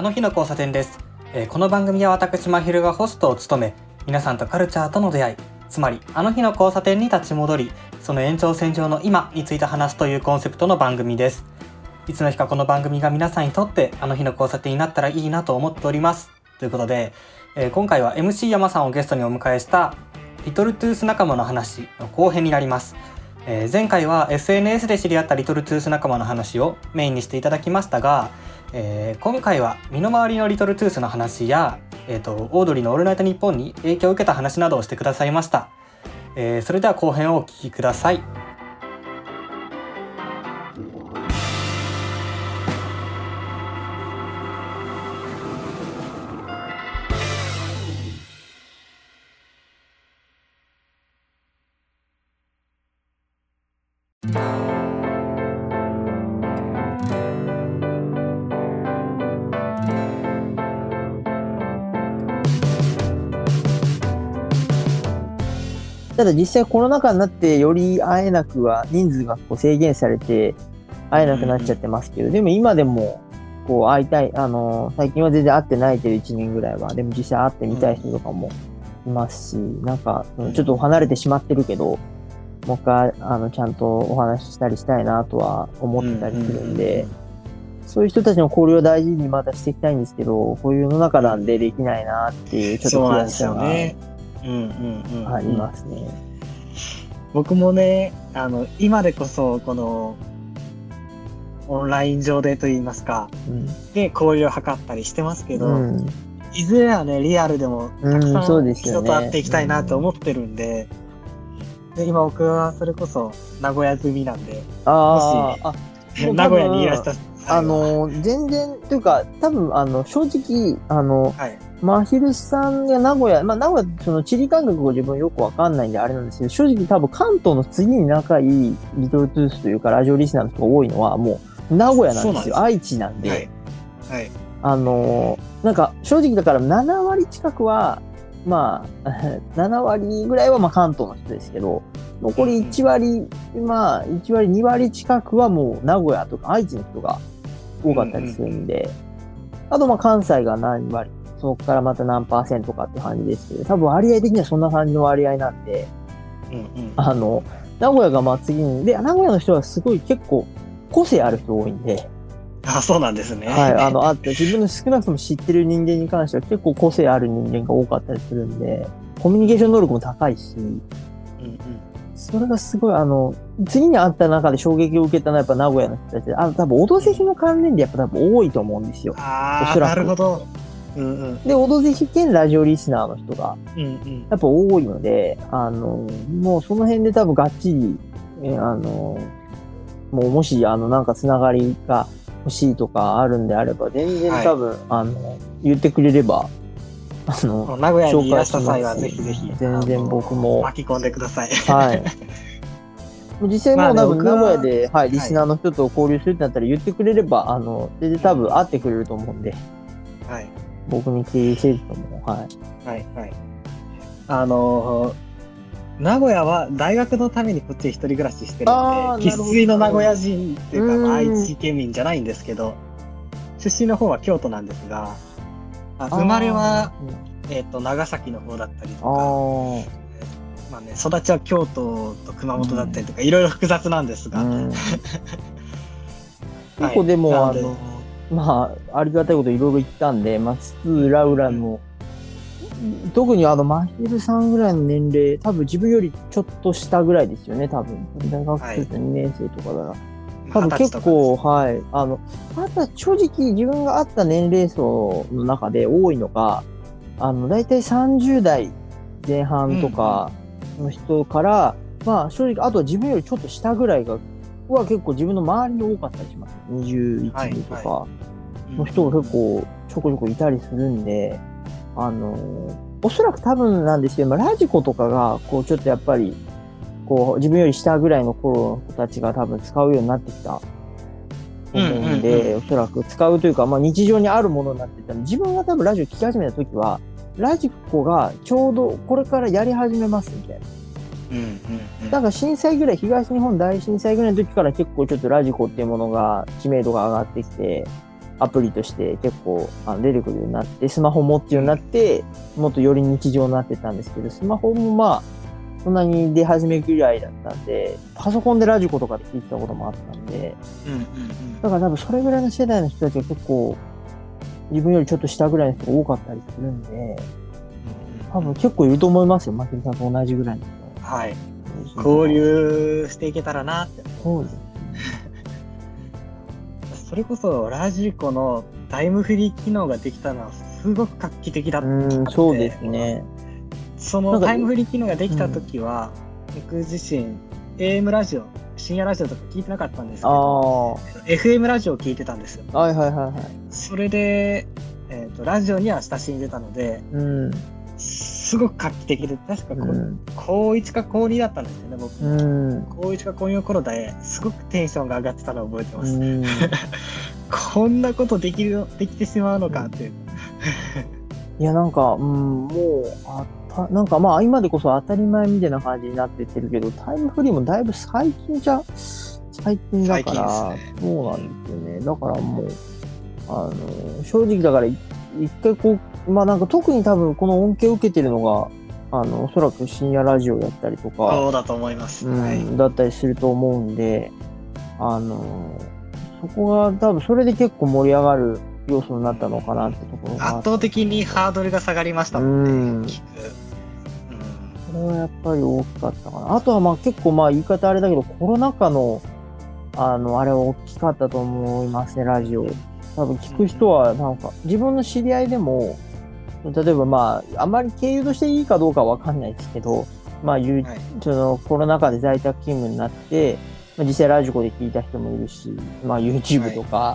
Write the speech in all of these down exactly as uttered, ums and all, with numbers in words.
あの日の交差点です。えー、この番組は私まひるがホストを務め、皆さんとカルチャーとの出会い、つまりあの日の交差点に立ち戻り、その延長線上の今について話すというコンセプトの番組です。いつの日かこの番組が皆さんにとってあの日の交差点になったらいいなと思っておりますということで、えー、今回は エムシー 山さんをゲストにお迎えしたリトルトゥース仲間の話の後編になります。えー、前回は エスエヌエス で知り合ったリトルトゥース仲間の話をメインにしていただきましたが、えー、今回は身の回りのリトルトゥースの話や、えーと、オードリーのオールナイトニッポンに影響を受けた話などをしてくださいました。えー、それでは後編をお聞きください。 ただ実際コロナ禍になってより会えなくは人数がこう制限されて会えなくなっちゃってますけど、うん、でも今でもこう会いたい、あの最近は全然会ってないけどいちねんぐらいはでも実際会ってみたい人とかもいますし、なんかちょっと離れてしまってるけどもう一回あのちゃんとお話ししたりしたいなとは思ってたりするんで、そういう人たちの交流を大事にまたしていきたいんですけど、こういう世の中なんでできないなっていうちょっと悔しさがうんうんうん、ありますね。 僕もね、あの今でこそこのオンライン上でといいますか、うん、で交流を図ったりしてますけど、うん、いずれはねリアルでもたくさん人と会っていきたいなと思ってるんで、うん、で今僕はそれこそ名古屋済みなんで、 あもし名古屋にいらしたあの全然というか多分あの正直あの、はい、まひるさんが名古屋、まあ、名古屋その地理感覚が自分よくわかんないんであれなんですけど、正直多分関東の次に仲いいリトルトゥースというかラジオリスナーの人が多いのはもう名古屋なんですよ。愛知なんで、はいはい、あのなんか正直だからななわり近くはまあななわりぐらいはまあ関東の人ですけど、残りいちわり、まあいちわりにわり近くはもう名古屋とか愛知の人が多かったりするんで、うんうん、あとまあ関西が何割、そこからまた何パーセントかって感じですけど、多分割合的にはそんな感じの割合なんで、うんうん、あの名古屋がまあ次にで名古屋の人はすごい結構個性ある人多いんで、 あ、そうなんですね。 はい、あのあって自分の少なくとも知ってる人間に関しては結構個性ある人間が多かったりするんで、コミュニケーション能力も高いし、うんうん、それがすごいあの次に会った中で衝撃を受けたのはやっぱ名古屋の人たちで、あの多分オドぜひの関連でやっぱ多分多いと思うんですよ。 ああ、なるほど。うんうん、 で、オドぜひ兼ラジオリスナーの人がやっぱ多いので、うんうん、あのもうその辺で多分がっちり、えあのもうもしあのなんかつながりが欲しいとかあるんであれば全然多分、はい、あの言ってくれればあの名古屋にいらした際はぜひぜひ全然僕も巻き込んでください。 はい。実際もう多分名古屋で、はい、リスナーの人と交流するってなったら言ってくれれば、はい、あの全然多分会ってくれると思うんで、はい、僕に経営せずとも、はい、 はいはい。あの名古屋は大学のためにこっちで一人暮らししてるんで、生粋の名古屋人っていうか、まあ、愛知県民じゃないんですけど、出身の方は京都なんですが、あ生まれは、えーと、長崎の方だったりとか、まあね、育ちは京都と熊本だったりとか、いろいろ複雑なんですが、うん、 結構でも、はい、あのまあありがたいこといろいろ言ったんで、まあ、津々浦々の、うん、特にあのまひるさんぐらいの年齢、多分自分よりちょっと下ぐらいですよね。多分大学生にねん生とかだな、はい、多分結構、はい、あのまた正直自分があった年齢層の中で多いのが、あのだいたいさんじゅうだいぜん半とかの人から、うん、まあ正直あとは自分よりちょっと下ぐらいがは結構自分の周りに多かったりします。にじゅういちにとかの人が結構ちょこちょこいたりするんで、あのおそらく多分なんですけど、ラジコとかがこうちょっとやっぱりこう自分より下ぐらいの頃の子たちが多分使うようになってきたと思うんで、うんうんうん、おそらく使うというか、まあ、日常にあるものになってた。自分が多分ラジオ聞き始めた時はラジコがちょうどこれからやり始めますみたいな。うんうんうん、だから震災ぐらい、東日本大震災ぐらいの時から結構ちょっとラジコっていうものが知名度が上がってきて、 アプリとして結構あの出てくるようになって、スマホ持つようになって、もっとより日常になってたんですけど、スマホもまあ、そんなに出始めぐらいだったんで、パソコンでラジコとかで聞いてたこともあったんで、 うんうんうん。 だから多分それぐらいの世代の人たちが結構、自分よりちょっと下ぐらいの人が多かったりするんで、多分結構いると思いますよ、まひるさんと同じぐらいの人。 はい。交流していけたらなって。 そうですね。 それこそラジコのタイムフリー機能ができたのはすごく画期的だったので、 うん、そうですね。 そのタイムフリー機能ができた時は、うん、僕自身 エーエム ラジオ、深夜ラジオとか聞いてなかったんですけど、エフエム ラジオを聞いてたんですよ。 はいはいはいはい。 それで、えーと、ラジオには親しんでたので、うん、すごく画期的で、確かこう、うん、高いちか高にだったんですよね、僕。うん、高いちか高にの頃ですごくテンションが上がってたのを覚えてます。うん、こんなことできるできてしまうのかっていう。 いやなんか、うん、もうあたなんかまあ今でこそ当たり前みたいな感じになってってるけど、タイムフリーもだいぶ最近じゃ最近だから、ね、そうなんですよね。だからもうあの正直だから一回こうまあなんか特に多分この恩恵を受けてるのがあのおそらく深夜ラジオやったりとか、 そうだと思います。 うん、はい、だったりすると思うんで、あのそこが多分それで結構盛り上がる要素になったのかなってところが圧倒的にハードルが下がりましたもんね。うん、聞く。 これはやっぱり大きかったかな。あとはまあ結構まあ言い方あれだけどコロナ禍のあのあれは大きかったと思いますね、ラジオ。多分聞く人はなんか自分の知り合いでも例えばまああまり経由としていいかどうかは分かんないですけど、まあ、はい、そのコロナ禍で在宅勤務になって、まあ、実際ラジコで聞いた人もいるし、まあ YouTube とか、はい、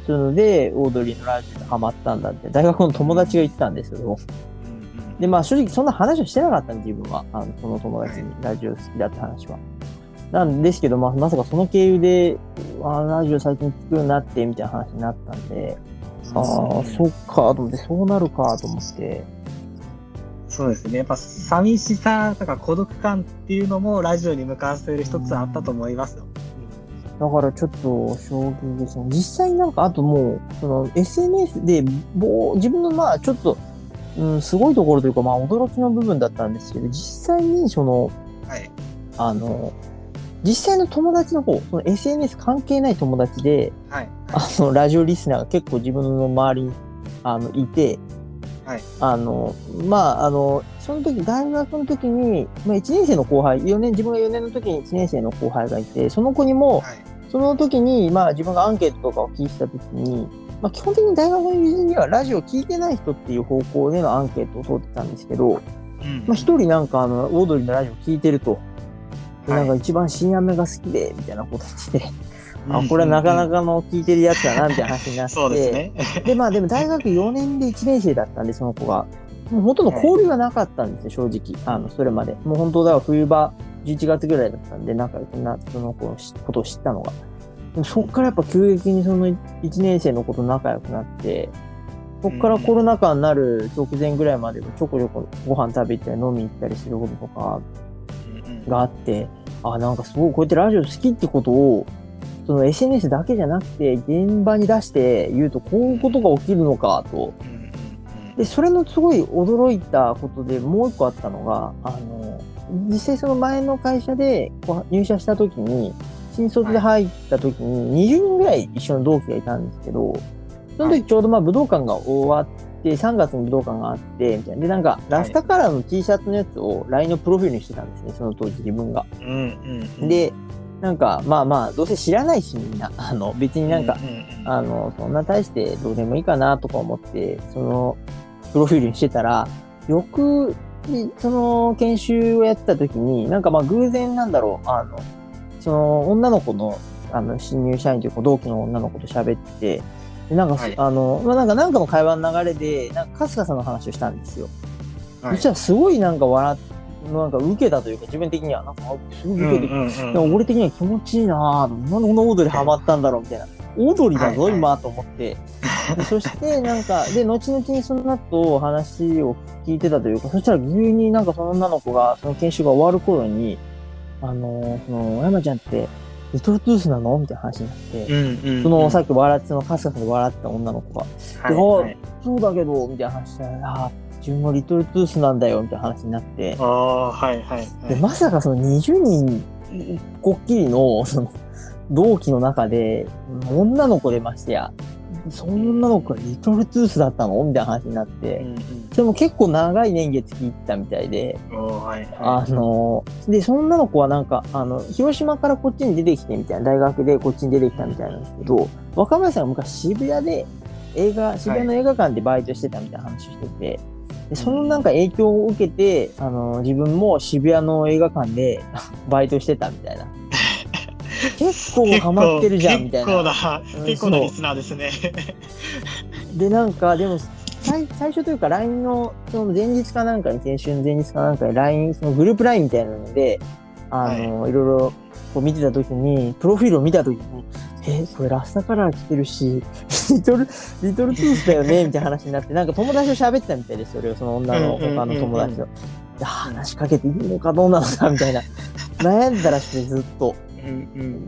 そういうのでオードリーのラジオにハマったんだって大学の友達が言ってたんですけど、でまあ正直そんな話をしてなかったんで自分はあのその友達にラジオ好きだって話は。なんですけど、まあ、まさかその経由であラジオ最近聞くようになってみたいな話になったんで、ああそっかと思ってそうなるかと思って。 そうですね。やっぱ寂しさとか孤独感っていうのもラジオに向かわせる一つあったと思いますよ。 だからちょっと衝撃ですね。実際なんかあともうその エスエヌエス でぼ自分のまあちょっと、うん、すごいところというかまあ驚きの部分だったんですけど、実際にその、はい、あの実際の友達の方、その エスエヌエス 関係ない友達で、はいはい、あのラジオリスナーが結構自分の周りにあのいて、はい、あのまああのその時大学の時に、まあ、いちねん生の後輩、よねん自分がよねんの時にいちねん生の後輩がいて、その子にも、はい、その時にまあ自分がアンケートとかを聞いてた時に、まあ、基本的に大学の友人にはラジオ聞いてない人っていう方向でのアンケートを取ってたんですけど、うん、まあ一人なんかあのオードリーのラジオ聞いてると。なんか一番深夜目が好きでみたいなこと言って、はい、あこれはなかなかの聞いてるやつだなみたいな話になってそうですねでまあでも大学よねんでいちねん生だったんでその子がもうほとんど交流がなかったんですよ、はい、正直あのそれまでもう本当だから冬場じゅういちがつぐらいだったんで仲良くなその子のことを知ったのがでもそっからやっぱ急激にそのいちねん生の子と仲良くなってそっからコロナ禍になる直前ぐらいまでもちょこちょこご飯食べたり飲み行ったりすることとかがあって、あ、なんかすごいこうやってラジオ好きってことをその エスエヌエス だけじゃなくて現場に出して言うとこういうことが起きるのかと。で、それのすごい驚いたことでもう一個あったのが、あの、実際その前の会社でこう入社した時に、新卒で入った時ににじゅうにんぐらい一緒の同期がいたんですけど、その時ちょうどまあ武道館が終わって、でさんがつに武道館があってみたいなでなんかラスタカラーの T シャツのやつを ライン のプロフィールにしてたんですねその当時自分が、うんうんうん、でなんかまあまあどうせ知らないしみんなあの別になんか、うんうんうん、あのそんな大してどうでもいいかなとか思ってそのプロフィールにしてたら翌その研修をやってた時になんかまあ偶然なんだろうあのその女の子のあの新入社員というか同期の女の子と喋ってでなんか、はい、あの、まあ、なんか、なんかの会話の流れで、なんか、春日さんの話をしたんですよ。はい、そしたら、すごいなんか笑っ、なんか受けたというか、自分的には、なんか、すごい受けて、うんうんうん、俺的には気持ちいいなぁ、なんでこのオードリーハマったんだろう、みたいな。オードリーだぞ、はいはい、今、と思って。そして、なんか、で、後々にその後、話を聞いてたというか、そしたら、急になんかその女の子が、その研修が終わる頃に、あの、その、山ちゃんって、 リトルトゥースなのみたいな話になって、 うんうんうん、 そのさっき笑って、そのカスカスで笑ってた女の子が、 はいはい、 そうだけど、みたいな話で、ああ、自分もリトルトゥースなんだよ、みたいな話になって、 ああ、はいはい、はい。 で、まさかそのにじゅうにんこっきりの、その、同期の中で、女の子でましてや、そんな女の子がリトルトゥースだったのみたいな話になって、うんうん、それも結構長い年月聞いてたみたいで、 はいはい、 あの、で、その女の子はなんか、あの、広島からこっちに出てきてみたいな、大学でこっちに出てきたみたいなんですけど、若林さんが昔渋谷で映画、渋谷の映画館でバイトしてたみたいな話をしてて、でそのなんか影響を受けて、あの、自分も渋谷の映画館でバイトしてたみたいな。結構ハマってるじゃんみたいな。 結構な、結構なリスナーですね。 で、なんか、でも、最, 最初というか ライン の、その前日かなんかに、研修の前日かなんかに ライン、そのグループ ライン みたいなので、あの、はい、いろいろこう見てたときに、プロフィールを見たときに、え、これラスタカラー来てるし、リトル、リトルトゥースだよねみたいな話になって、なんか友達と喋ってたみたいです、それを、その女の他の友達と。話しかけていいのかどうなのかみたいな。悩んだらしくてずっと。うんうん、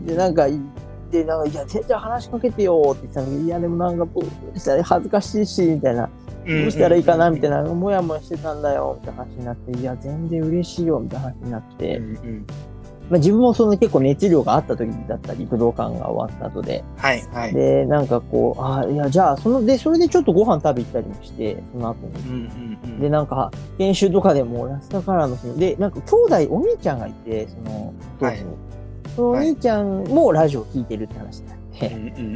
で、なんか、で、なんか、いや、全然話しかけてよって言ってたんだけど、いや、でもなんか、どうしたら恥ずかしいし、みたいな。どうしたらいいかなみたいな、もやもやしてたんだよ、みたいな話になって、いや、全然嬉しいよ、みたいな話になって、うんうん、まあ、自分もその結構熱量があった時だったり、武道館が終わった後で、 はいはい、 で、なんかこう、あ、いや、じゃあ、その、で、それでちょっとご飯食べ行ったりもして、その後に。うんうんうん、で、なんか、研修とかでも、ラスタカラーのその、で、なんか、兄弟、お兄ちゃんがいて、その、当時に。はい、そのお兄ちゃんもラジオ聞いてるって話になって、はい、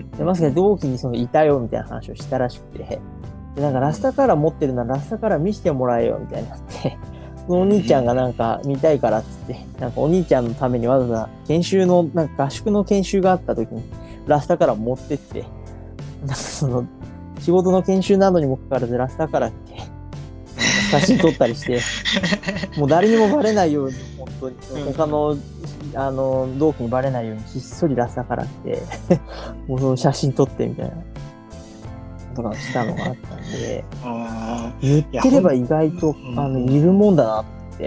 でまさか同期にそのいたよみたいな話をしたらしくて、でなんかラスタカラー持ってるならラスタカラー見せてもらえよみたいになって、そのお兄ちゃんがなんか見たいからっつって、なんかお兄ちゃんのためにわざわざ研修の、なんか合宿の研修があった時にラスタカラー持ってって、なんかその仕事の研修などにもかかわらずラスタカラーって、写真撮ったりして、もう誰にもバレないように、本当に、他の、あの、同期にバレないようにひっそりラスタカラーってもうその写真撮ってみたいなとかしたのがあったんで、言ってれば意外とあのいるもんだなって。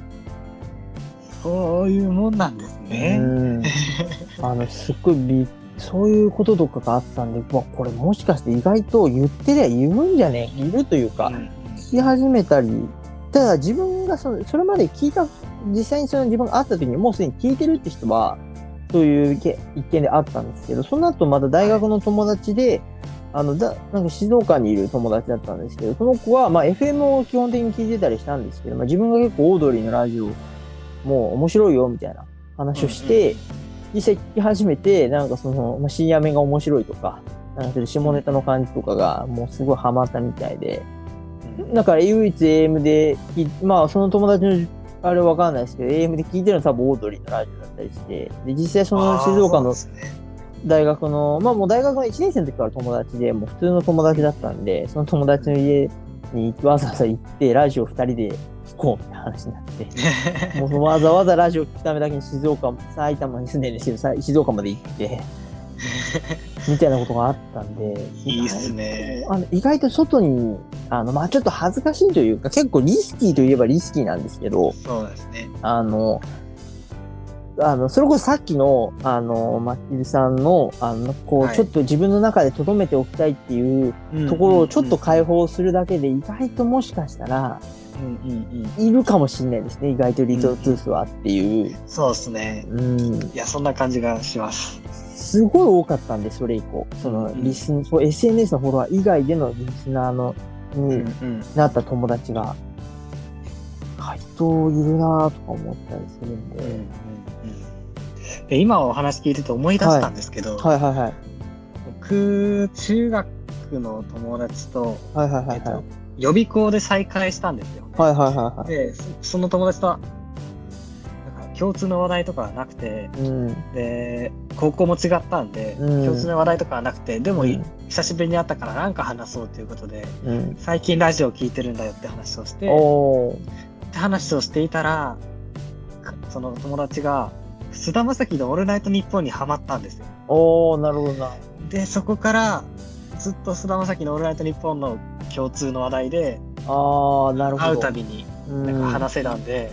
そういうもんなんですね。うん。 あの、すっごいびそういうこととかがあったんで、まあ、これもしかして意外と言ってりゃいるんじゃねいるというか、うん、聞き始めたり、ただ自分がそのそれまで聞いた、実際にその自分が会った時にもうすでに聞いてるって人は、そういう一見であったんですけど、その後また大学の友達で、あの、だ、なんか静岡にいる友達だったんですけど、その子は、まあ エフエム を基本的に聞いてたりしたんですけど、まあ自分が結構オードリーのラジオ、もう面白いよみたいな話をして、うんうん、実際聞き始めて、なんかその、まあ、深夜目が面白いとか、なんか下ネタの感じとかがもうすごいハマったみたいで、だから唯一 エーエム で、まあその友達のあれわかんないですけど、エーエム で聞いてるのは多分オードリーのラジオだったりして、で、実際その静岡の大学の、まあもう大学のいちねん生の時から友達で、もう普通の友達だったんで、その友達の家にわざわざ行って、ラジオふたりで聞こうみたいな話になって、もうわざわざラジオ聞くためだけに静岡、埼玉に住んでるんですけど、静岡まで行って、みたいなことがあったんで、 いいっすね。 あの意外と外に、あの、まあ、ちょっと恥ずかしいというか、結構リスキーといえばリスキーなんですけど、 そうですね。 あの、あの、それこそさっきの、あの、マキルさんの、あの、こう、はい、ちょっと自分の中で留めておきたいっていうところをちょっと解放するだけで、意外ともしかしたら、うんうんうん、いるかもしれないですね。意外とリトルトゥースはっていう。うん、 そうですね。うん。いや、そんな感じがします。 すごい多かったんで、それ以降。その、リスン、うん、エスエヌエス のフォロワー以外でのリスナーの、になった友達が、回答いるなぁとか思ったりするんで。うんうんうん、 で今お話聞いてて思い出したんですけど、 はい、はいはいはい。 僕、中学の友達と、 はいはいはいはい、えっと、 予備校で再会したんですよ、ね。 はいはいはいはい。 で、その友達とは、なんか共通の話題とかはなくて、うん、で、高校も違ったんで、うん、共通の話題とかはなくて、でも、うん、久しぶりに会ったからなんか話そうということで、うん、最近ラジオ聞いてるんだよって話をして、って話をしていたら、その友達が、菅田将暉のオールナイトニッポンにハマったんですよ。 おー、なるほどな。 で、そこからずっと菅田将暉のオールナイトニッポンの共通の話題で、 あー、なるほど。 会うたびになんか話せたんで、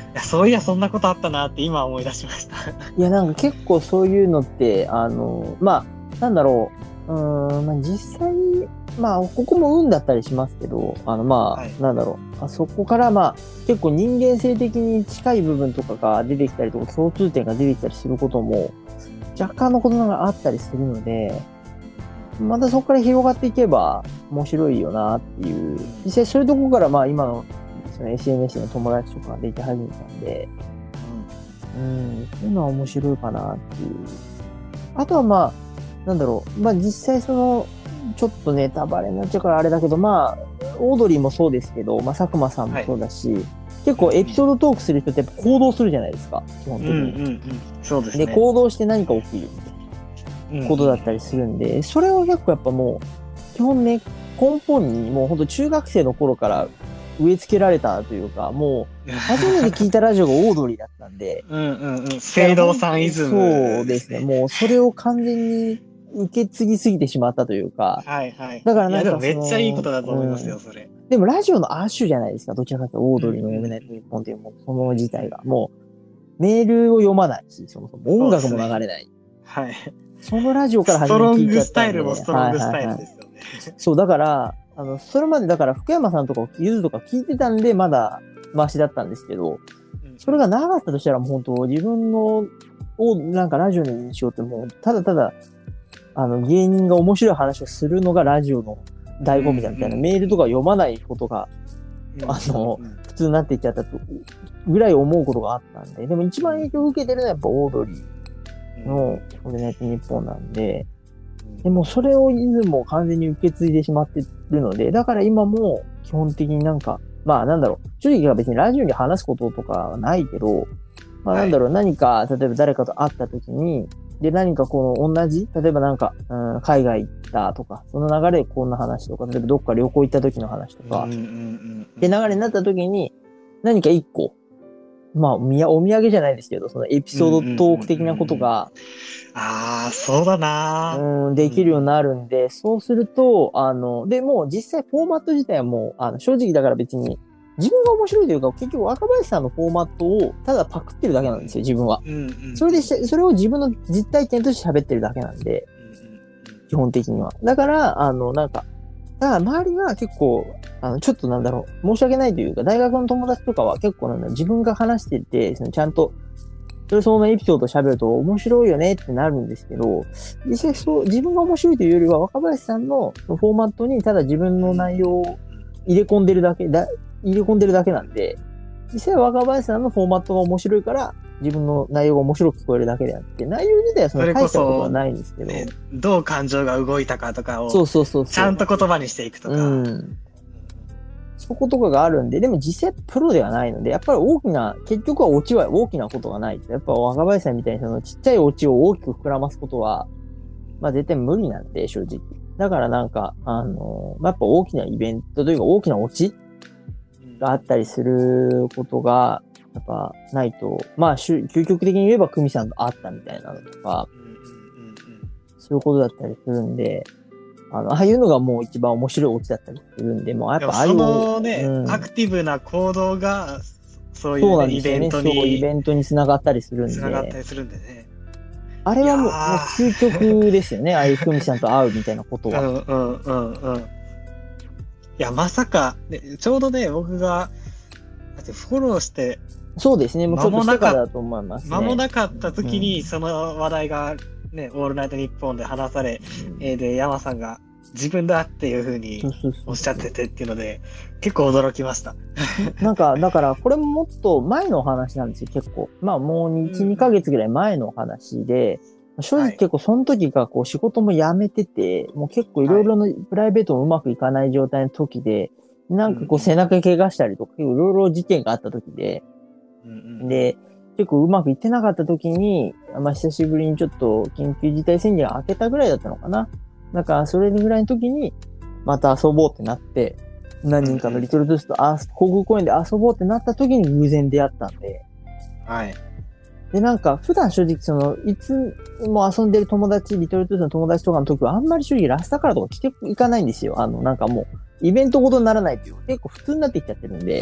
やそういやそんなことあったなって今思い出しました。 いやなんか結構そういうのってあのまあなんだろう、うーん、まあ、実際まあここも運だったりしますけど、あのまあ、はい、なんだろう、あそこからまあ結構人間性的に近い部分とかが出てきたりとか共通点が出てきたりすることも若干のことながらあったりするので、またそこから広がっていけば面白いよなっていう、実際そういうところからまあ今のその エスエヌエス の友達とかができ始めたんで、うん、うん、そういうのは面白いかなっていう。あとはまあなんだろう、まあ実際そのちょっとネタバレになっちゃうからあれだけど、まあオードリーもそうですけど、まあ佐久間さんもそうだし、はい、結構エピソードトークする人ってやっぱ行動するじゃないですか、基本的に。うんうんうん、 そうですね。 で行動して何か起きることだったりするんで、うん、それを結構やっぱもう基本ね根本にもう本当中学生の頃から植え付けられたというか、もう初めて聞いたラジオがオードリーだったんで、 うんうんうん、聖堂さんイズム、 ね、そうですね。もうそれを完全に受け継ぎすぎてしまったというか、 はいはい。 だからなんかいやでもめっちゃいいことだと思いますよ、うん、それ。 でもラジオの亜種じゃないですか、どちらかというとオードリーの読めないと日本っていうもの、その自体がもうメールを読まないし、そもそも音楽も流れない。 はい。 そのラジオから始めて聞いちゃったんで。 ストロングスタイルもストロングスタイルですよね。はいはいはい、 そうだから。あの、それまでだから福山さんとかゆずとか聞いてたんで、まだマシだったんですけど、それがなかったとしたらもう本当自分の、を、なんかラジオの印象ってもう、ただただ、あの、芸人が面白い話をするのがラジオの醍醐味だみたいな、メールとか読まないことが、あの、普通になっていっちゃったと、ぐらい思うことがあったんで、でも一番影響を受けてるのはやっぱオードリーの、オールナイトニッポンなんで、でもそれをイズムを完全に受け継いでしまってるので、だから今も基本的になんか、まあなんだろう、正直は別にラジオに話すこととかはないけど、まあなんだろう、はい、何か、例えば誰かと会った時に、で何かこの同じ、例えばなんか、うん、海外行ったとか、その流れでこんな話とか、例えばどっか旅行行った時の話とか、で流れになった時に何か一個、まあお土産じゃないですけど、そのエピソードトーク的なことが、 ああ、そうだなうん、できるようになるんで、うん、そうすると、あの、で、もう実際フォーマット自体はもう、あの、正直だから別に、自分が面白いというか、結局若林さんのフォーマットをただパクってるだけなんですよ、自分は。うんうん、それで、それを自分の実体験として喋ってるだけなんで、うんうん、基本的には。だから、あの、なんか、だから周りは結構、あの、ちょっとなんだろう、申し訳ないというか、大学の友達とかは結構なんだろう、自分が話してて、そのちゃんと、それそのエピソードを喋ると面白いよねってなるんですけど、実際そう、自分が面白いというよりは若林さんのフォーマットにただ自分の内容を入れ込んでるだけ、だ入れ込んでるだけなんで、実際若林さんのフォーマットが面白いから自分の内容が面白く聞こえるだけであって、内容自体はその大したことはないんですけど。ね、 どう感情が動いたかとかを、 そうそうそうそう。 ちゃんと言葉にしていくとか。うん。 そことかがあるんで、でも実際プロではないので、やっぱり大きな、結局はオチは大きなことがない。やっぱ若林さんみたいにそのちっちゃいオチを大きく膨らますことは、まあ絶対無理なんで、正直。だからなんか、あの、まあ、やっぱ大きなイベントというか大きなオチがあったりすることが、やっぱないと、まあ、究極的に言えば久美さんと会ったみたいなのとか、そういうことだったりするんで、あの、ああいうのがもう一番面白いオチだったりするんで、もうやっぱああいう。 そのね、うん、アクティブな行動が、そういう、ね、 そうなんですよね、イベントに。そう、イベントに繋がったりするんで。 繋がったりするんでね。 あれはもう、もう究極ですよね、ああいう久美さんと会うみたいなことは。 うんうんうんうん。いや、まさか、ね、ちょうどね、僕が、だってフォローして、 そうですね、もうちょっとしてからだと思いますね。 間もなかった時に、その話題が、ね、オールナイトニッポンで話され、うん、えー、で、山さんが自分だっていう風におっしゃっててっていうので、結構驚きました。 なんか、だから、これももっと前のお話なんですよ、結構。まあ、もういち、にかげつぐらい前のお話で、正直結構その時がこう仕事も辞めてて、はい、もう結構いろいろのプライベートもうまくいかない状態の時で、なんかこう背中怪我したりとか、いろいろ事件があった時で、うんうん、で、結構うまくいってなかった時に、まあ久しぶりにちょっと緊急事態宣言が明けたぐらいだったのかな。だからそれぐらいの時に、また遊ぼうってなって、何人かのリトルトゥースとあ航空公園で遊ぼうってなった時に偶然出会ったんで。 はい。 で、なんか普段正直その、いつも遊んでる友達、リトルトゥースの友達とかの時はあんまり正直ラスタカラとか来ていかないんですよ。あの、なんかもう、イベントごとにならないっていう、結構普通になってきちゃってるんで。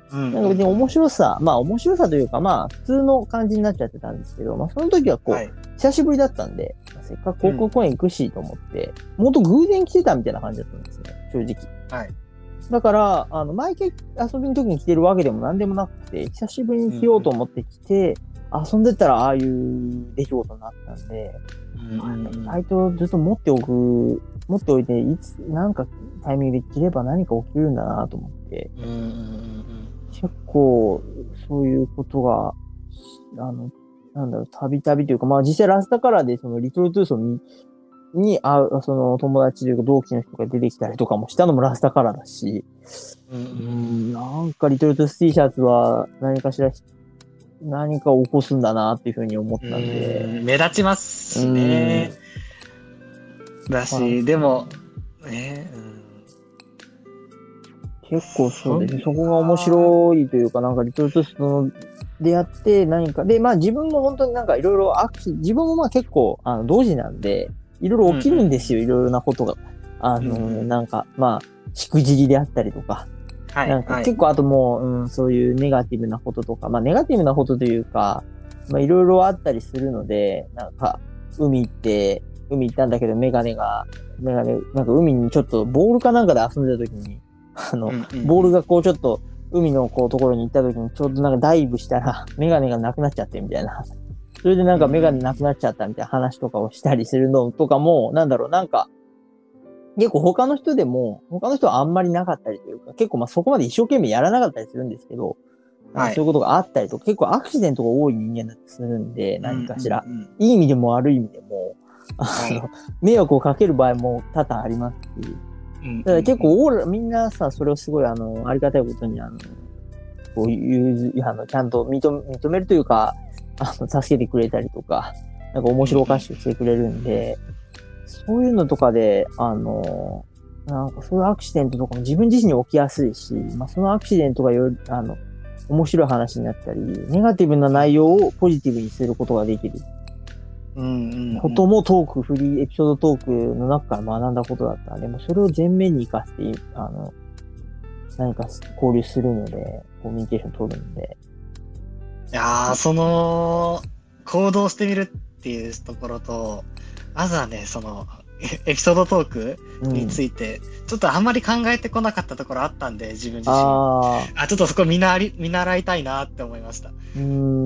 うん、 なんか別に面白さ、まあ面白さというか、まあ普通の感じになっちゃってたんですけど、まあその時はこう、はい、久しぶりだったんで、せっかく高校公演行くしと思って、うん、もっと偶然来てたみたいな感じだったんですね、正直。はい。だから、あの、毎回遊びの時に来てるわけでも何でもなくて、久しぶりに来ようと思って来て、うんうん、遊んでたらああいう出来事になったんで、うんうん、意外とずっと持っておく、持っておいて、いつ、なんかタイミングで切れば何か起きるんだなと思って、うんうんうん、結構そういうことが、あの、なんだろう、たびたびというか、まあ実際ラスタカラーでそのリトルトゥースを見、に会う、その友達というか同期の人が出てきたりとかもしたのもラスタカラーだし、うん、うん、なんかリトルトゥース T シャツは何かしら、何かを起こすんだなっていうふうに思ったんで。 うん、目立ちますしね。だし、でも、ね、うん、 結構そうですね。そこが面白いというか、なんかリトルトゥースのでやって何か、で、まあ自分も本当になんかいろいろアクシ、自分もまあ結構、あの、同時なんで、いろいろ起きるんですよ、いろいろなことが。あの、うん、なんか、まあ、しくじりであったりとか。はい。なんか結構あともう、うん、そういうネガティブなこととか、まあネガティブなことというか、まあいろいろあったりするので、なんか、海行って、海行ったんだけどメガネが、メガネ、なんか海にちょっとボールかなんかで遊んでた時に、あの、うんうん、ボールがこうちょっと海のこうところに行った時にちょうどなんかダイブしたらメガネがなくなっちゃってみたいな。それでなんかメガネなくなっちゃったみたいな話とかをしたりするのとかも、なんだろう、なんか、結構他の人でも、他の人はあんまりなかったりというか、結構まあそこまで一生懸命やらなかったりするんですけど、はい、そういうことがあったりとか、結構アクシデントが多い人間だったりするんで、何かしら、うんうんうん、いい意味でも悪い意味でも、あの、はい、迷惑をかける場合も多々ありますし、うんうんうん、だから結構オーラ、みんなさ、それをすごいあの、ありがたいことに、あの、こういう、あの、ちゃんと認め、認めるというか、あの、助けてくれたりとか、なんか面白おかしくしてくれるんで、そういうのとかで、あの、なんかそういうアクシデントとかも自分自身に起きやすいし、まあそのアクシデントがより、あの、面白い話になったり、ネガティブな内容をポジティブにすることができる。うんうんうん、こともトーク、フリーエピソードトークの中から学んだことだったので、もうそれを前面に活かして、あの、何か交流するので、コミュニケーション取るので。 いやー、その、行動してみるっていうところと、まずはね、その、エピソードトークについて、うん、ちょっとあんまり考えてこなかったところあったんで、自分自身。ああ、ちょっとそこ見習い、見習いたいなって思いました。 うん、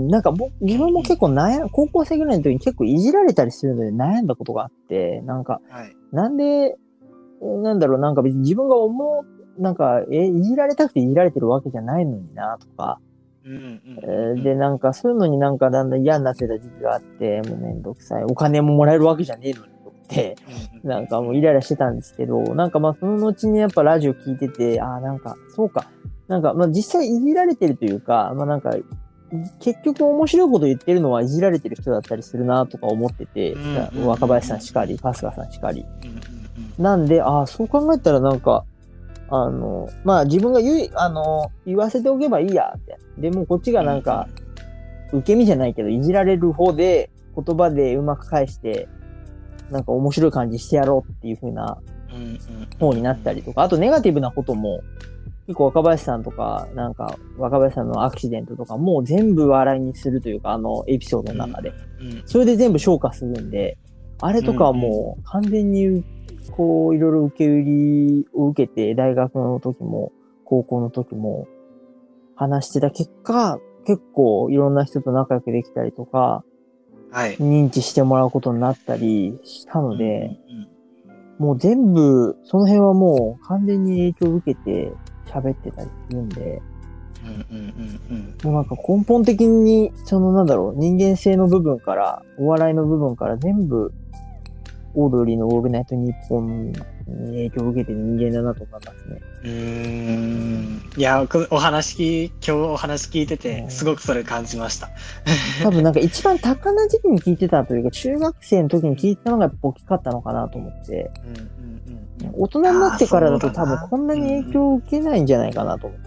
なんか僕、自分も結構悩ん、高校生ぐらいの時に結構いじられたりするので悩んだことがあって、なんか、はい、なんで、なんだろう、なんか別に自分が思う、なんか、え、いじられたくていじられてるわけじゃないのにな、とか。うんうんうん、で、なんかそういうのになんかだんだん嫌になってた時期があって、もうめんどくさい。お金ももらえるわけじゃねえのにと思って、なんかもうイライラしてたんですけど、なんかまあその後にやっぱラジオ聞いてて、ああなんか、そうか。なんかまあ実際いじられてるというか、まあなんか、結局面白いこと言ってるのはいじられてる人だったりするなとか思ってて、うん、若林さんしかり、春日さんしかり。なんで、ああ、そう考えたらなんか、あの、まあ自分が言う、あの、言わせておけばいいやって。でもこっちがなんか、受け身じゃないけど、いじられる方で、言葉でうまく返して、なんか面白い感じしてやろうっていう風な方になったりとか、あとネガティブなことも、結構若林さんとか、なんか若林さんのアクシデントとかも全部笑いにするというか、あのエピソードの中で。それで全部消化するんで、あれとかはもう完全に、こう、いろいろ受け売りを受けて、大学の時も、高校の時も、話してた結果、結構いろんな人と仲良くできたりとか、はい、認知してもらうことになったりしたので、うんうんうん、もう全部、その辺はもう完全に影響を受けて喋ってたりするんで、うんうんうんうん、もうなんか根本的に、そのなんだろう、人間性の部分から、お笑いの部分から全部、オードリーのオールナイトニッポンに影響を受けてる人間だなと思いますね。 うーん。いや、お話、今日お話聞いてて、すごくそれ感じました。 多分なんか一番多感な時期に聞いてたというか、中学生の時に聞いてたのがやっぱ大きかったのかなと思って、うんうんうん、大人になってからだと多分こんなに影響を受けないんじゃないかなと思って。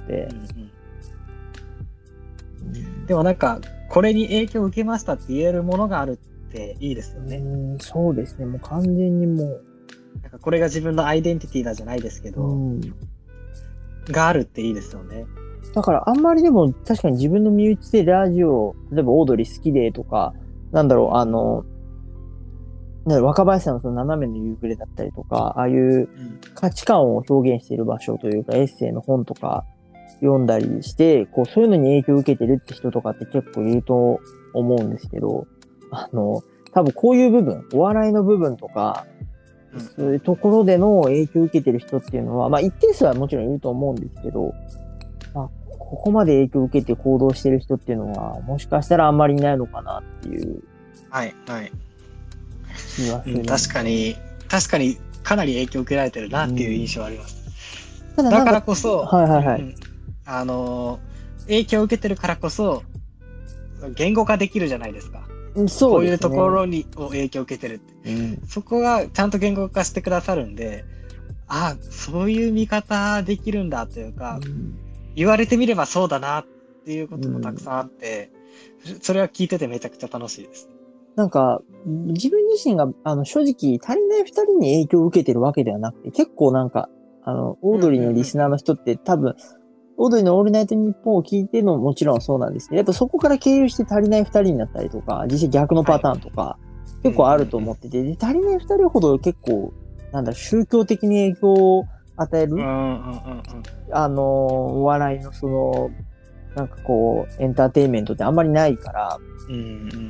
うんうん、でもなんか、これに影響を受けましたって言えるものがあるっていいですよね。 うん、そうですね。もう完全にもう。 なんかこれが自分のアイデンティティだじゃないですけど、うん、があるっていいですよね。 だからあんまりでも確かに自分の身内でラジオ、例えばオードリー好きでとか、なんだろう、あの、なんだろう若林さんのその斜めの夕暮れだったりとか、ああいう価値観を表現している場所というか、エッセイの本とか読んだりして、こう、そういうのに影響を受けてるって人とかって結構いると思うんですけど、あの、多分こういう部分、お笑いの部分とか、そういうところでの影響を受けてる人っていうのは、まあ一定数はもちろんいると思うんですけど、まあ、ここまで影響を受けて行動してる人っていうのは、もしかしたらあんまりいないのかなっていう。 はいはい。 気がする、 うん、確かに、確かにかなり影響を受けられてるなっていう印象はあります。 うん、ただだからこそ、 はいはいはい。 うん、あの、影響を受けてるからこそ、言語化できるじゃないですか。 そうですね。 こういうところに影響を受けてるって、 うん。 そこがちゃんと言語化してくださるんで、ああ、そういう見方できるんだというか、うん、言われてみればそうだなっていうこともたくさんあって、うん、それは聞いててめちゃくちゃ楽しいです。 なんか、自分自身が、あの、正直、足りない二人に影響を受けてるわけではなくて、結構なんか、あの、オードリーのリスナーの人って多分、オードリーのオールナイトニッポンを聞いてのもちろんそうなんですけど、やっぱそこから経由して足りない二人になったりとか、実際逆のパターンとか、はい、結構あると思ってて、で足りない二人ほど結構、なんだ、宗教的に影響を与える、あの、お笑いのその、なんかこう、エンターテインメントってあんまりないから、うんうん、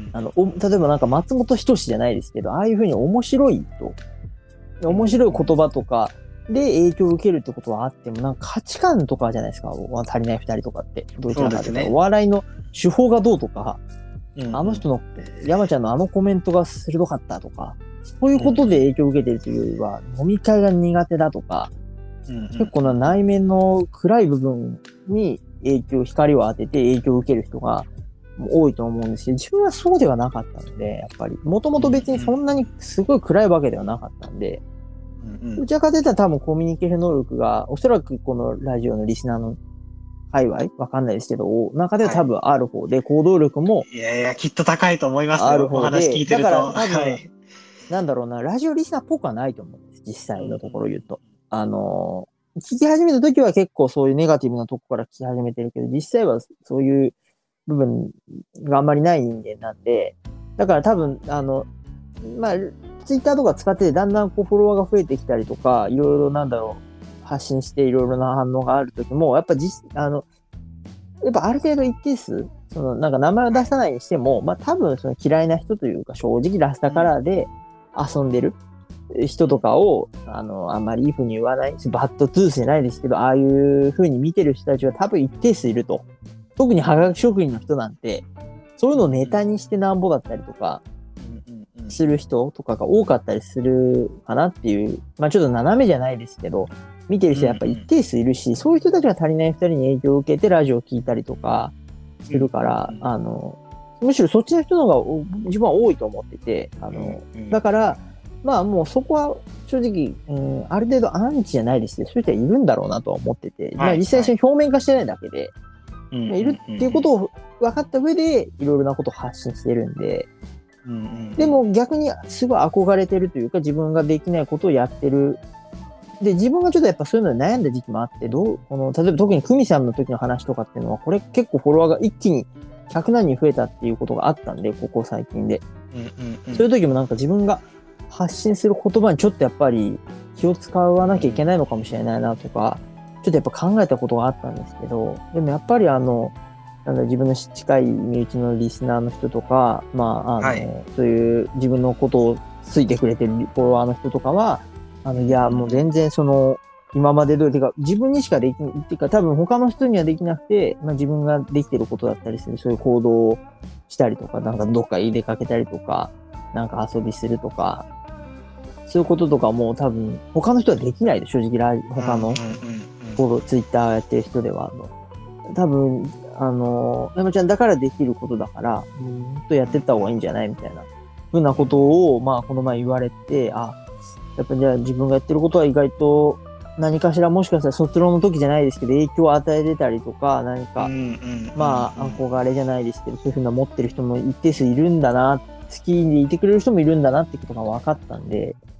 あの例えばなんか松本人志じゃないですけど、ああいう風に面白いと、面白い言葉とかで影響を受けるってことはあっても、なんか価値観とかじゃないですか、足りない二人とかって。どちらかというと、ね、お笑いの手法がどうとか、うんうん、あの人の、山ちゃんのあのコメントが鋭かったとか、そういうことで影響を受けてるというよりは、飲み会が苦手だとか、うんうん、結構な内面の暗い部分に影響、光を当てて影響を受ける人が、多いと思うんですけど、自分はそうではなかったので、やっぱり、もともと別にそんなにすごい暗いわけではなかったんで、うんうん、どちらかといったら多分コミュニケーション能力が、おそらくこのラジオのリスナーの界隈わかんないですけど、中では多分ある方で、はい、行動力も。 いやいや、きっと高いと思いますよ。ある方で。お話聞いてると。 だから多分、はい、なんだろうな、ラジオリスナーっぽくはないと思うんです、実際のところ言うと。うん、あの、聞き始めた時は結構そういうネガティブなとこから聞き始めてるけど、実際はそういう部分があんまりない人間なんで、だから多分、あの、まあ、ツイッターとか使っててだんだんこうフォロワーが増えてきたりとか、いろいろなんだろう、発信していろいろな反応があるときも、やっぱ実、あの、やっぱある程度一定数、そのなんか名前を出さないにしても、まあ多分その嫌いな人というか正直ラスタカラーで遊んでる人とかを、あの、あんまりいい風に言わない、バッドトゥースじゃないですけど、ああいう風に見てる人たちは多分一定数いると。特にハガキ職人の人なんて、そういうのをネタにしてなんぼだったりとか、する人とかが多かったりするかなっていう、まあちょっと斜めじゃないですけど、見てる人はやっぱ一定数いるし、そういう人たちが足りない二人に影響を受けてラジオを聞いたりとかするから、あの、むしろそっちの人の方が自分は多いと思ってて、あの、だから、まあもうそこは正直、うん、ある程度アンチじゃないですけど、そういう人はいるんだろうなとは思ってて、はい、まあ実際に表面化してないだけで、はい、いるっていうことを分かった上で、いろいろなことを発信してるんで、うんうん、でも逆にすごい憧れてるというか、自分ができないことをやってる。で、自分がちょっとやっぱそういうので悩んだ時期もあって、どう、この、例えば特に久美さんの時の話とかっていうのは、これ結構フォロワーが一気にひゃくなんにん増えたっていうことがあったんで、ここ最近で。うんうんうん、そういう時もなんか自分が発信する言葉にちょっとやっぱり気を使わなきゃいけないのかもしれないなとか、ちょっとやっぱ考えたことがあったんですけど、でもやっぱりあの、なんだ自分の近い身内のリスナーの人とか、まあ、あの、はい、そういう自分のことをついてくれてるフォロワーの人とかは、あの、いや、もう全然その、今まで通り、てか、自分にしかできない、てか、多分他の人にはできなくて、まあ自分ができてることだったりする、そういう行動をしたりとか、なんかどっか出かけたりとか、なんか遊びするとか、そういうこととかも多分、他の人はできないで、正直、他の、フォロー、ツイッターやってる人では、あの、多分、あの、山ちゃんだからできることだから、もっとやってった方がいいんじゃないみたいな、ふうなことを、まあ、この前言われて、あ、やっぱじゃあ自分がやってることは意外と何かしらもしかしたら卒論の時じゃないですけど、影響を与えてたりとか、何か、まあ、憧れじゃないですけど、そういうふうな持ってる人も一定数いるんだな、好きでいてくれる人もいるんだなってことが分かったんで、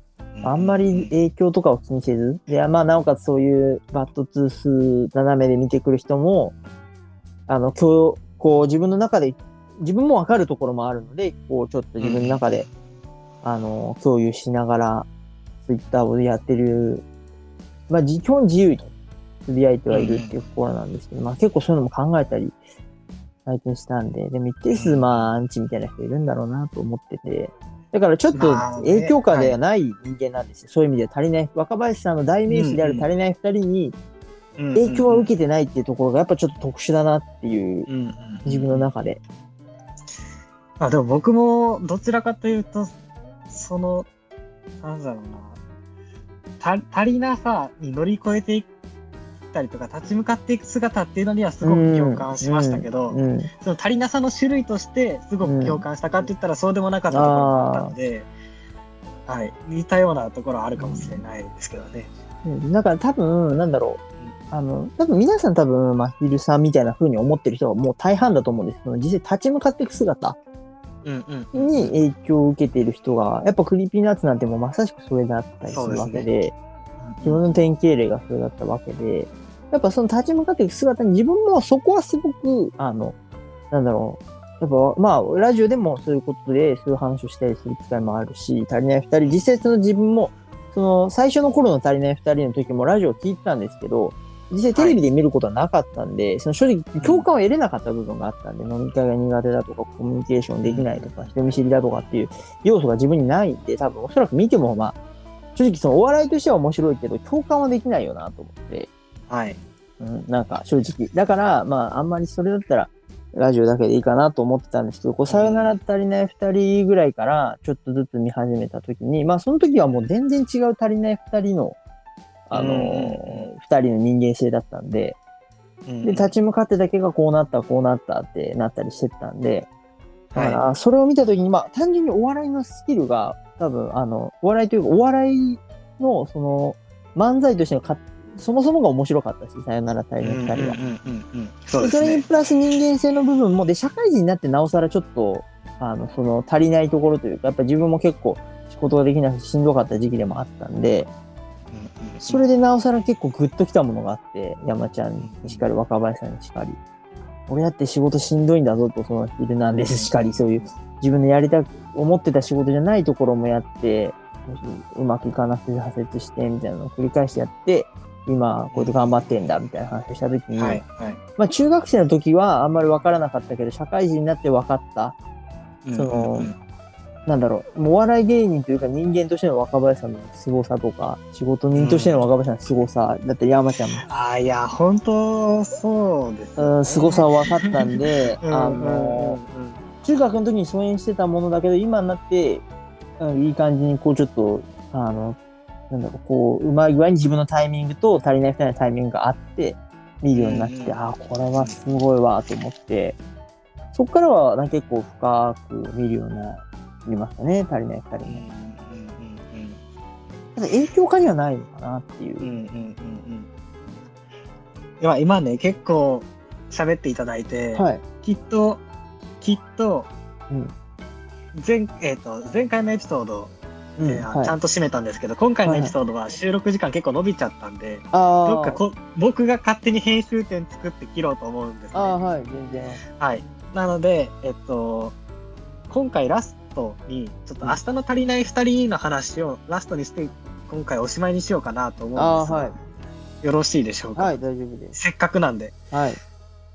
あんまり影響とかを気にせず、で、まあ、なおかつそういうバッドトゥース斜めで見てくる人も、あの、今日、こう自分の中で、自分もわかるところもあるので、こうちょっと自分の中で、うん、あの、共有しながら、ツイッターをやってる、まあ、基本自由につぶやいてはいるっていうところなんですけど、うん、まあ結構そういうのも考えたり、最近したんで、でも一定数まあアンチみたいな人いるんだろうなと思ってて、だからちょっと影響下ではない人間なんですよ。そういう意味では足りない、若林さんの代名詞である足りない二人に影響は受けてないっていうところがやっぱちょっと特殊だなっていう、自分の中で。 あ、でも僕もどちらかというと、その、なんだろうな、た足りなさに乗り越えていったりとか立ち向かっていく姿っていうのにはすごく共感しましたけど、うんうんうん、その足りなさの種類としてすごく共感したかって言ったらそうでもなかったところもあったので、はい、似たようなところはあるかもしれないですけどね。 うん、だから多分なんだろう、あの多分皆さん多分まひるさんみたいな風に思ってる人がもう大半だと思うんですけど、実際立ち向かっていく姿に影響を受けている人がやっぱクリーピーナッツなんてもうまさしくそれだったりするわけで、自分の典型例がそれだったわけで、やっぱその立ち向かっていく姿に自分もそこはすごく、あの、なんだろう。やっぱまあ、ラジオでもそういうことでそういう話をしたりする機会もあるし、足りない二人、実際その自分も、その最初の頃の足りない二人の時もラジオを聞いてたんですけど、実際テレビで見ることはなかったんで、はい、その正直共感を得れなかった部分があったんで、飲み会が苦手だとか、コミュニケーションできないとか、人見知りだとかっていう要素が自分にないんで、多分おそらく見てもまあ、正直そのお笑いとしては面白いけど、共感はできないよなと思って。 はい。 うん、なんか正直。だから、まあ、あんまりそれだったら、ラジオだけでいいかなと思ってたんですけど、こう、さよなら足りない二人ぐらいから、ちょっとずつ見始めたときに、まあ、その時はもう全然違う足りない二人の、あのー、二人の人間性だったんで、で、立ち向かってだけがこうなった、こうなったってなったりしてたんで、だから、それを見たときに、まあ、単純にお笑いのスキルが、多分、あの、お笑いというか、お笑いの、その、漫才としてのか、そもそもが面白かったし、さよなら足りない二人は。それにプラス人間性の部分も、で、社会人になってなおさらちょっと、あの、その、足りないところというか、やっぱ自分も結構仕事ができなくてしんどかった時期でもあったんで、それでなおさら結構グッときたものがあって、山ちゃんにしかり、若林さんにしかり。俺だって仕事しんどいんだぞと、そのヒルナンデスしかり、そういう自分のやりたく、思ってた仕事じゃないところもやって、うまくいかなくて挫折して、みたいなのを繰り返してやって、今、こうやって頑張ってんだ、みたいな話をしたときに、はいはい、まあ中学生の時はあんまり分からなかったけど、社会人になって分かった、その、うんうん、なんだろう、もうお笑い芸人というか人間としての若林さんの凄さとか、仕事人としての若林さんの凄さ、うん、だって山ちゃんも。 ああ、いや、本当そうです、ね。 うん、凄さを分かったんで、あの、中学の時に疎遠してたものだけど、今になって、うん、いい感じにこうちょっと、あの、なんだろう、こう、うまい具合に自分のタイミングと足りない二人のタイミングがあって、見るようになって、うんうん、ああ、これはすごいわ、と思って、そっからはなんか結構深く見るようになりましたね、足りない二人も。ただ影響下にはないのかなっていう。うんうんうんうん、 今、今ね、結構喋っていただいて、はい、きっと、きっと、うん、前、えっと、前回のエピソード、うんえーはい、ちゃんと締めたんですけど、今回のエピソードは収録時間結構伸びちゃったんで、はい、どっかこ僕が勝手に編集点作って切ろうと思うんですね。 あはい、全然。 はい。なので、えっと、今回ラストに、ちょっと明日の足りない二人の話をラストにして、今回おしまいにしようかなと思うんですが、はい、よろしいでしょうか。 はい、大丈夫です。 せっかくなんで。 はい。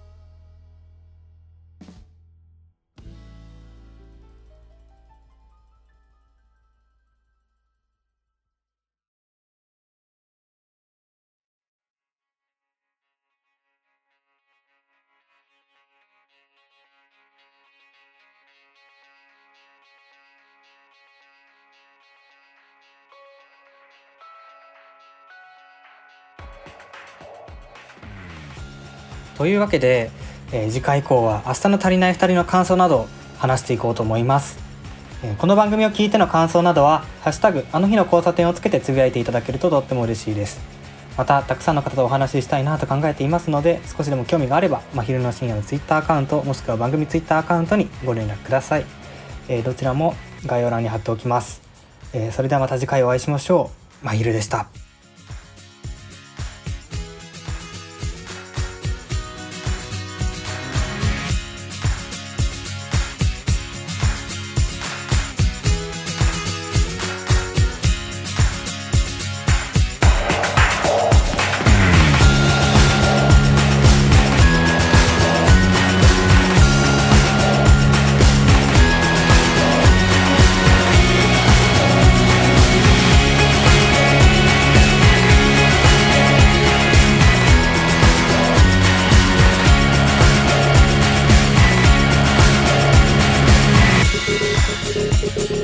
というわけで、えー、次回以降は明日の足りないふたりの感想などを話していこうと思います。えー、この番組を聞いての感想などはハッシュタグあの日の交差点をつけてつぶやいていただけるととっても嬉しいです。またたくさんの方とお話ししたいなと考えていますので、少しでも興味があればまひるの深夜のツイッターアカウントもしくは番組ツイッターアカウントにご連絡ください。えー、どちらも概要欄に貼っておきます。 えー、それではまた次回お会いしましょう。まひるでした。 Thank you.